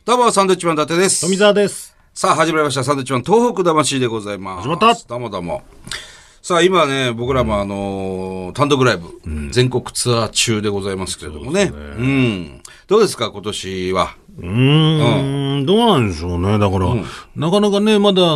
どうも、サンドウィッチマン伊達です。 富澤です。 さあ、始まりました。サンドウィッチマン東北魂でございます。 始まった。 どうもどうも。さあ、今ね、僕らも単独ライブ、全国ツアー中でございますけれどもね。どうですか、今年は。 どうなんでしょうね。だから、なかなかね、まだ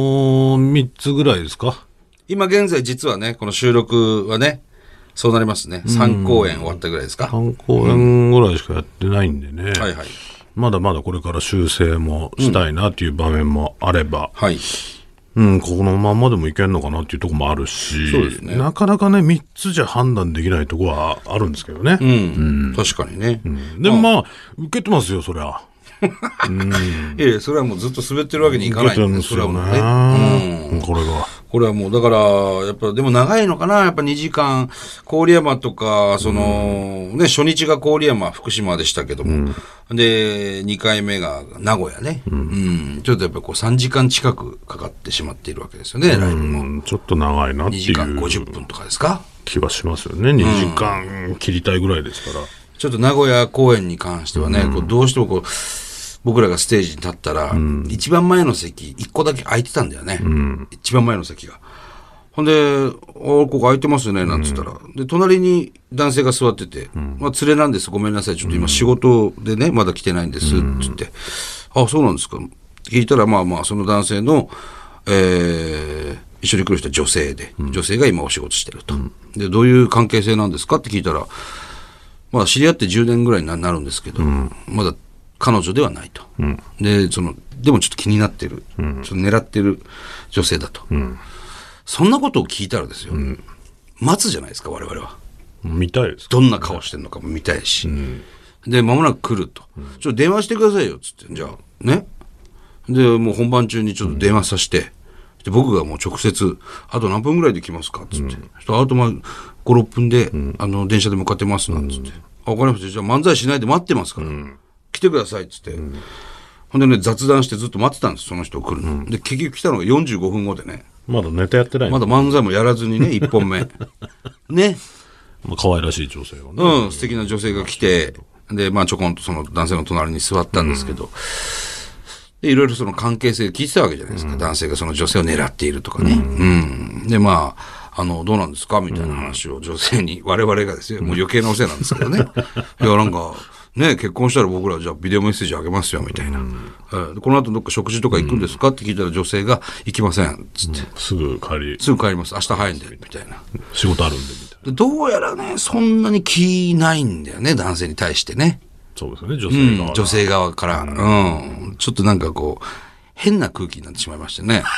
3つぐらいですか。 今現在実はね、この収録はね、そうなりますね。3公演終わったぐらいですか。 3公演ぐらいしかやってないんでね。 はいはい。 まだまだこれから修正もしたいなっていう場面もあれば、 はい。 このまんまでもいけんのかなっていうところもあるし、 そうですね。 なかなかね、3つじゃ判断できないところはあるんですけどね。 確かにね。 でもまあ、受けてますよ、そりゃ。 いや、それはもうずっと滑ってるわけにいかないんで、それはもうね。これはもう、だから、やっぱ、でも長いのかな、やっぱ2時間、郡山とか、ね、初日が郡山、福島でしたけども、で、2回目が名古屋ね。ちょっとやっぱこう3時間近くかかってしまっているわけですよね、ライブも。 ちょっと長いなっていう。 2時間50分とかですか気はしますよね。2時間切りたいぐらいですから。 ちょっと名古屋公演に関してはね、こうどうしてもこう、僕らがステージに立ったら、一番前の席、一個だけ空いてたんだよね。一番前の席が。ほんで、ここ空いてますよね、なんつったら。で、隣に男性が座ってて、まあ、連れなんです。ごめんなさい。ちょっと今仕事でね、まだ来てないんです。つって。あ、そうなんですか。聞いたら、まあまあ、その男性の、一緒に来る人は女性で、女性が今お仕事してると。で、どういう関係性なんですかって聞いたら、まあ、知り合って10年ぐらいになるんですけど、まだ、彼女ではないと。で、でもちょっと気になってる。ちょっと狙ってる女性だと。そんなことを聞いたらですよ。待つじゃないですか、我々は。 見たいですか。 どんな顔してるのかも見たいし。で、間もなく来ると。ちょっと電話してくださいよ、つって。じゃあ、ね。で、もう本番中にちょっと電話させて、で僕がもう直接、あと何分ぐらいで来ますか、つって。あとまあ、5、6分で、電車で向かってますなんつって。わかりました。じゃあ漫才しないで待ってますから。来てくださいっつって、ほんでね雑談してずっと待ってたんです、その人来るの、で結局来たのが45分後でね、 まだネタやってない、 まだ漫才もやらずにね1本目ね、 まあ可愛らしい女性がね、 素敵な女性が来て、でまあちょこんとその男性の隣に座ったんですけど、でいろいろその関係性聞いてたわけじゃないですか、男性がその女性を狙っているとかね、でまあどうなんですかみたいな話を女性に、我々がですよ、もう余計なお世話なんですけどねいやなんかね、結婚したら僕らじゃあビデオメッセージあげますよみたいな、でこの後どっか食事とか行くんですかって聞いたら女性が行きませんつって、 すぐ帰ります、明日早いんでみたいな、 仕事あるんでみたいな。 どうやらねそんなに気ないんだよね、男性に対してね。 そうですよね、女性側から、ちょっとなんかこう変な空気になってしまいましたね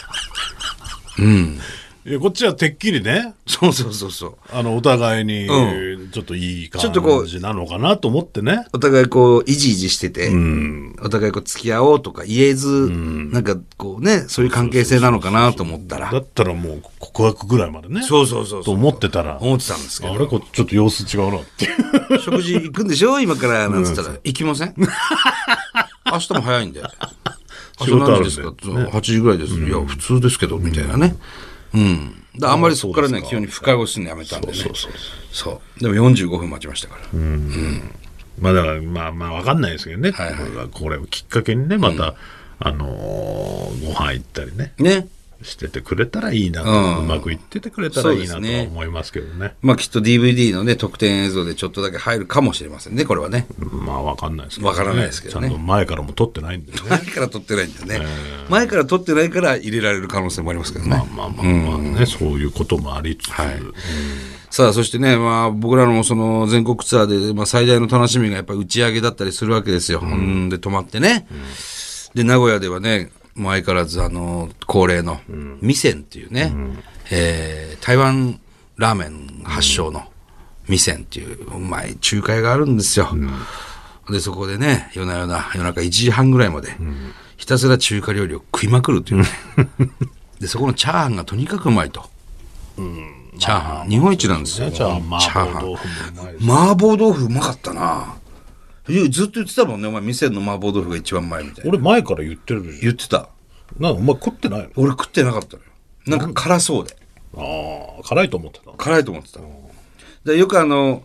いやこっちはてっきりね、 そうお互いにちょっっといい感じなのかなと思ってね、 お互いこういじいじしてて、お互いこう付き合おうとか言えず、なんかこうね、そういう関係性なのかなと思ったら、 だったらもう告白ぐらいまでね、と思ってたんですけど、あれちょっと様子違うなっていう食事行くんでしょ今からなんつったら、行きません明日も早いんで、明日何時ですか、8時ぐらいです、いや普通ですけどみたいなね、あんまりそこからね急に深追いするのやめたんでね、そうでも45分待ちましたから、 まあだからまあ分かんないですけどね、これをきっかけにねまた、ご飯行ったりねしててくれたらいいなと、うまくいっててくれたらいいなとは思いますけどね。 まあきっと DVD のね特典映像でちょっとだけ入るかもしれませんね、これはね。 まあ分かんないですけどね。 分からないですけどね。 ちゃんと前からも撮ってないんでね。 前から撮ってないんだよね。前から撮ってないから入れられる可能性もありますけどね。 まあね、そういうこともありつつ、 さあそしてね、まあ僕らのその全国ツアーで、まあ、最大の楽しみがやっぱり打ち上げだったりするわけですよ。で泊まってね、で名古屋ではねもう相変わらず恒例の味仙っていうね、台湾ラーメン発祥の味仙っていううまい中華屋があるんですよ、でそこでね夜中1時半ぐらいまでひたすら中華料理を食いまくるというねでそこのチャーハンがとにかくうまいと、チャーハン日本一なんですよ。 チャーハン麻婆豆腐うまかったな。ずっと言ってたもんね、お前店の麻婆豆腐が一番うまいみたいな。 俺前から言ってるでしょ。 言ってた。 なんかお前食ってないの？ 俺食ってなかったのよ。なんか辛そうで。 辛いと思ってた。 辛いと思ってた。でよく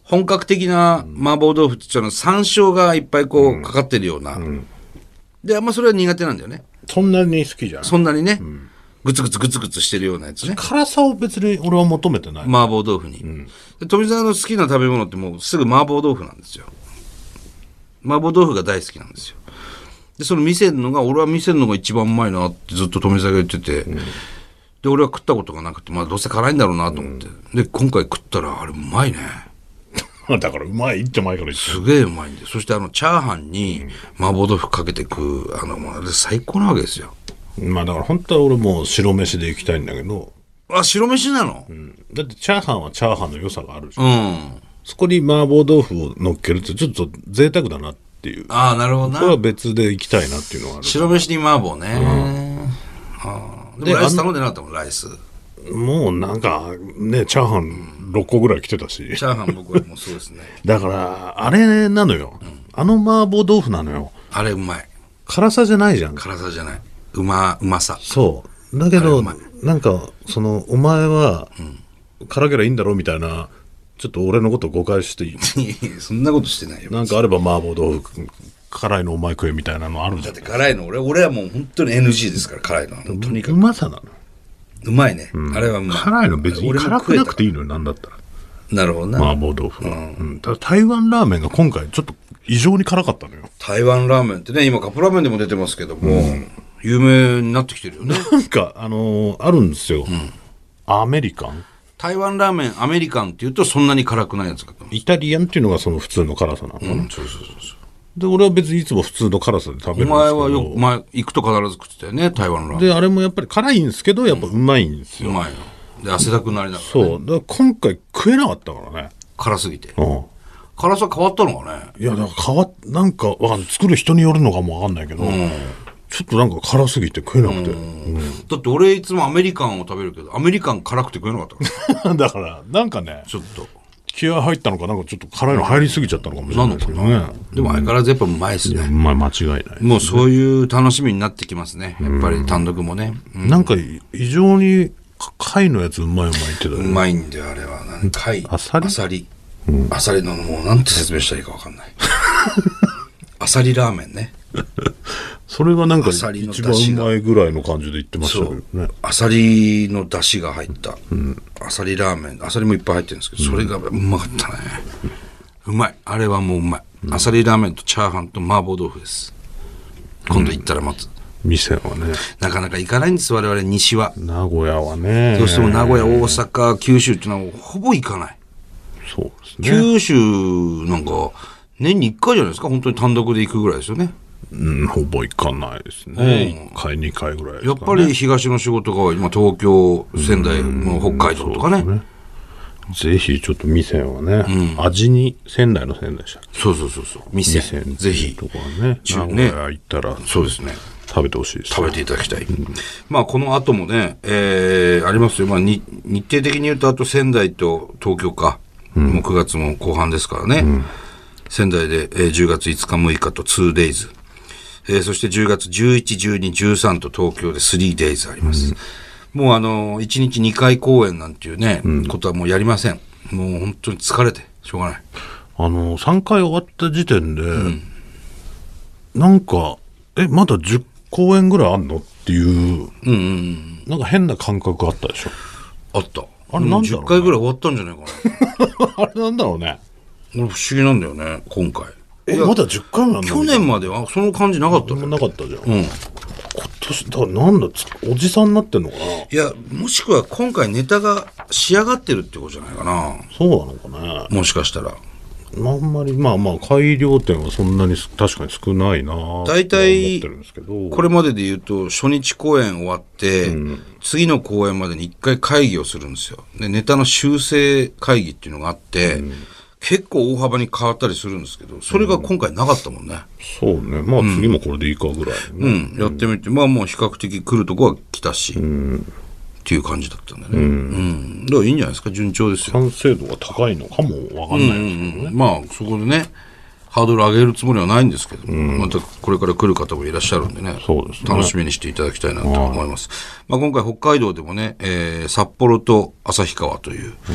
本格的な麻婆豆腐っていうのは山椒がいっぱいこうかかってるような、であんまそれは苦手なんだよね。 そんなに好きじゃない。 そんなにね、グツグツグツグツしてるようなやつね。 辛さを別に俺は求めてない。 麻婆豆腐に、で富澤の好きな食べ物ってもうすぐ麻婆豆腐なんですよ。麻婆豆腐が大好きなんですよ。でその見せるのが俺は見せるのが一番うまいなってずっと富澤が言ってて、で俺は食ったことがなくて、まあどうせ辛いんだろうなと思って、で今回食ったらあれうまいね。 だからうまいって前から言ってすげえうまいんで、そしてチャーハンに麻婆豆腐かけて食うもうあれ最高なわけですよ。 まあだから本当は俺もう白飯で行きたいんだけど。 あ、白飯なの？ だってチャーハンはチャーハンの良さがあるじゃん。 うん。 そこに麻婆豆腐を乗っけるってちょっと贅沢だなっていう。 ああ、なるほどな。 これは別で行きたいなっていうのはある。 白飯に麻婆ね。でもライス頼んでなかったもん、ライス。 もうなんかね、チャーハン6個ぐらい来てたし。 チャーハン僕はもうそうですね。 だからあれなのよ。麻婆豆腐なのよ。 あれうまい。 辛さじゃないじゃん。 辛さじゃない。うまさ。 そうだけどなんかそのお前は辛けりゃいいんだろみたいな、ちょっと俺のことを誤解していいそんなことしてないよ。 なんかあれば麻婆豆腐辛いのお前食えみたいなのあるじゃん。 だって辛いの俺はもう本当に NG ですから、辛いのはとにかくうまさなの。 うまいね、あれはうまい。 辛いの別に辛くなくていいのよ、なんだったら。 なるほどな。 麻婆豆腐は、ただ台湾ラーメンが今回ちょっと異常に辛かったのよ。 台湾ラーメンってね、今カップラーメンでも出てますけども、有名になってきてるよね。 なんかあるんですよ、アメリカン台湾ラーメンアメリカンっていうとそんなに辛くないやつかと。 イタリアンっていうのがその普通の辛さなのかな、 そうで俺は別にいつも普通の辛さで食べるんですけど。 お前はよく前行くと必ず食ってたよね、台湾ラーメンであれもやっぱり辛いんですけどやっぱうまいんですよ、 うまいので汗だくなりながら、ね、 そうだから今回食えなかったからね。 辛すぎて、 うん辛さ変わったのかね。 いやだからなんかわかんない、作る人によるのかもわかんないけど、ちょっとなんか辛すぎて食えなくて、 だって俺いつもアメリカンを食べるけどアメリカン辛くて食えなかったからだからなんかねちょっと気合入ったのかなんかちょっと辛いの入りすぎちゃったのかもしれないですけどね。 でも相変わらずやっぱうまいですね、 まあ間違いない、 もうそういう楽しみになってきますね、やっぱり単独もね、 なんか異常に貝のやつうまいってたよね。 うまいんだよあれは。貝アサリアサリのもうなんて説明したらいいか分かんないアサリラーメンねそれがなんか一アサリの番出汁がうまいぐらいの感じで言ってましたけどね。 アサリの出汁が入った、アサリラーメン、アサリもいっぱい入ってるんですけど、それがうまかったね、うまい、あれはもううまい、アサリラーメンとチャーハンと麻婆豆腐です。今度行ったらまず、 店はねなかなか行かないんです我々西は。 名古屋はねどうしても名古屋大阪九州っていうのはほぼ行かない。 そうですね。 九州なんか年に1回じゃないですか、本当に単独で行くぐらいですよね。 ほぼ行かないですね。1回2回ぐらいですかね。 やっぱり東の仕事が今東京仙台の北海道とかね、 ぜひちょっと店はね、味に仙台の仙台でしたっけ。 そう店ぜひとかね名古屋行ったらそうですね食べてほしいです、ね、 食べていただきたい、まあこの後もね、ありますよ、まあ、日程的に言うとあと仙台と東京か、もう9月も後半ですからね、仙台で、10月5日6日と 2days、そして10月11、12、13と東京で 3days あります、もう1日2回公演なんていうね、ことはもうやりません。もう本当に疲れてしょうがない。 3回終わった時点で、なんかまだ10公演ぐらいあんのっていう、なんか変な感覚あったでしょ。 あった。 あれなんだろうね、 10回ぐらい終わったんじゃないかなあれなんだろうね。 俺不思議なんだよね今回。 まだ10回もなんだ。 去年まではその感じなかったね。 なかったじゃん、今年だからなんだおじさんになってんのかな。いやもしくは今回ネタが仕上がってるってことじゃないかな。 そうなのかね、 もしかしたら。 あんまりまあ改良点はそんなに確かに少ないな大体と思ってるんですけど、 これまでで言うと初日公演終わって、次の公演までに1回会議をするんですよ。でネタの修正会議っていうのがあって、結構大幅に変わったりするんですけど、それが今回なかったもんね。 そうね、まあ次もこれでいいかぐらい、ねやってみて、まあもう比較的来るとこは来たし、っていう感じだったんだね。だからいいんじゃないですか、順調ですよ。 完成度が高いのかもわかんないですけどね。 まあそこでねハードル上げるつもりはないんですけど、またこれから来る方もいらっしゃるんでね、 そうですね、 楽しみにしていただきたいなと思います。まあ、今回北海道でもね、札幌と旭川という、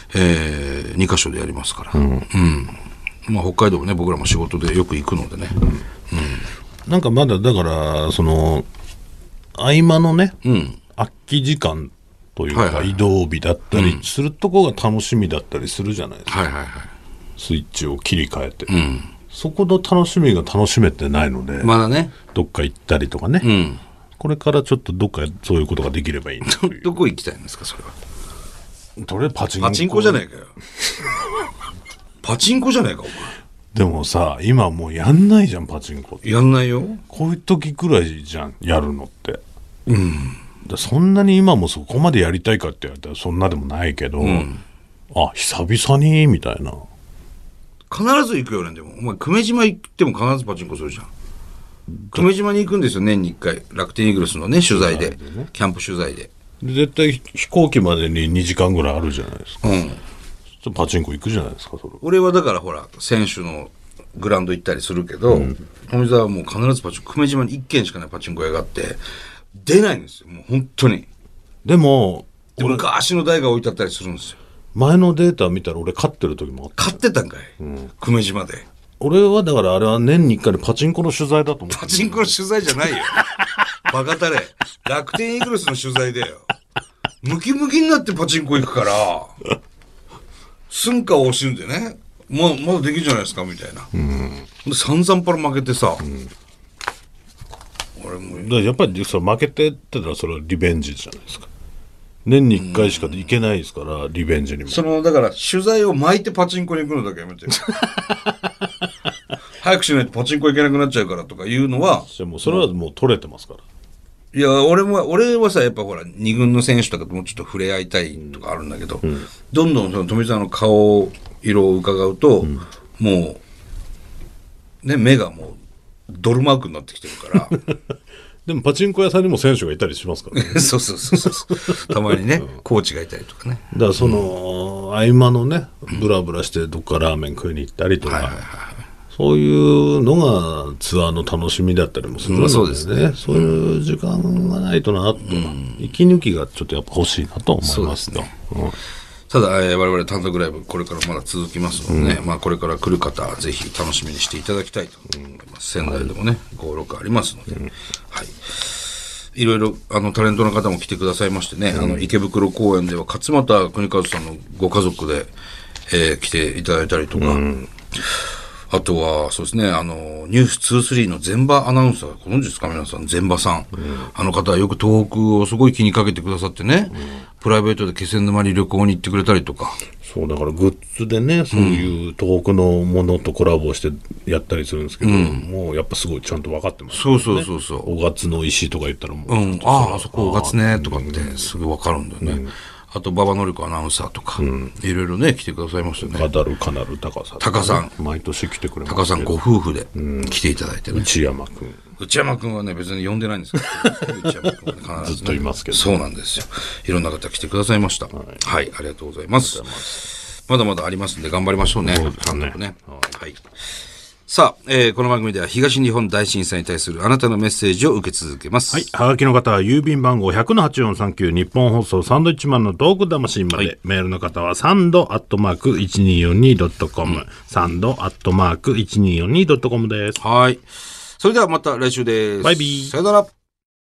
2カ所でやりますから。まあ、北海道もね、僕らも仕事でよく行くのでね。 なんかまだだからその合間のね、空き時間というか移動日だったりするとこが楽しみだったりするじゃないですか、スイッチを切り替えて、そこの楽しみが楽しめてないので、 まだね、 どっか行ったりとかね、これからちょっとどっかそういうことができればいいなという。 どこ行きたいんですかそれは。 とりあえずパチンコじゃないかよパチンコじゃないかお前。 でもさ、今もうやんないじゃんパチンコって。 やんないよ。 こういう時くらいじゃんやるのって、そんなに今もそこまでやりたいかって言われたらそんなでもないけど、あ、久々にみたいな。 必ず行くよね。でもお前久米島行っても必ずパチンコするじゃん。久米島に行くんですよ、年に1回。楽天イーグルスのね、取材で、キャンプ取材で。 絶対飛行機までに2時間ぐらいあるじゃないですか。パチンコ行くじゃないですかそれ。 俺はだからほら選手のグラウンド行ったりするけど、富澤はもう必ずパチンコ、久米島に1軒しかないパチンコ屋があって出ないんですよ、もう本当に。 でも昔の台が置いてあったりするんですよ。 前のデータ見たら俺勝ってる時もあった。 勝ってたんかい、久米島で。 俺はだからあれは年に1回でパチンコの取材だと思う。 パチンコの取材じゃないよバカタレ。楽天イーグルスの取材だよ。ムキムキになってパチンコ行くから寸暇を惜しんでね、まだできるじゃないですかみたいな、で散々パラ負けてさ、俺もだやっぱりそれ負けてってたらそれはリベンジじゃないですか。年に1回しか行けないですから、リベンジにも。 そのだから取材を巻いてパチンコに行くのだけやめて早くしないとパチンコ行けなくなっちゃうからとかいうのは、 もうそれはもう取れてますから。 いや俺はさ、やっぱほら2軍の選手とかともうちょっと触れ合いたいとかあるんだけど、どんどんその富澤の顔色を伺うと、もうね、目がもうドルマークになってきてるからでもパチンコ屋さんにも選手がいたりしますからねそうたまにね、コーチがいたりとかね。 だからその合間のね、ブラブラしてどっかラーメン食いに行ったりとか、そういうのがツアーの楽しみだったりもするので、 そうですね。 そういう時間がないとなと、息抜きがちょっとやっぱ欲しいなと思いますと。 ただ、我々単独ライブこれからまだ続きますのでね、これから来る方はぜひ楽しみにしていただきたいと思います。仙台でもね、5、6ありますので、いろいろタレントの方も来てくださいましてね、池袋公園では勝俣邦和さんのご家族で、来ていただいたりとか、あとはそうですね、ニュース23の前場アナウンサー、ご存知ですか皆さん、前場さん、あの方はよく東北をすごい気にかけてくださってね、プライベートで気仙沼に旅行に行ってくれたりとか。 そうだからグッズでね、そういう東北のものとコラボしてやったりするんですけど、もうやっぱすごいちゃんと分かってます、ね、 そうおがつの石とか言ったらもう、 あそこおがつねとかってすぐ分かるんだよね。あと馬場典子アナウンサーとか、いろいろね来てくださいましたね。 カナルタカさん、 タカさん毎年来てくれます。 タカさんご夫婦で来ていただいてね。 内山君はね別に呼んでないんですけど内山君は、ね、 ずっといますけど、 そうなんですよ。いろんな方来てくださいました。はい、ありがとうございます。まだまだありますんで頑張りましょうね。単独ね。はい。さあ、この番組では東日本大震災に対するあなたのメッセージを受け続けます。 はい。はがきの方は郵便番号 100-8439 日本放送サンドイッチマンのトーク魂まで、メールの方はサンド@1242.com、サンド@1242.comです。 はい。それではまた来週です。 バイビー。 さよなら。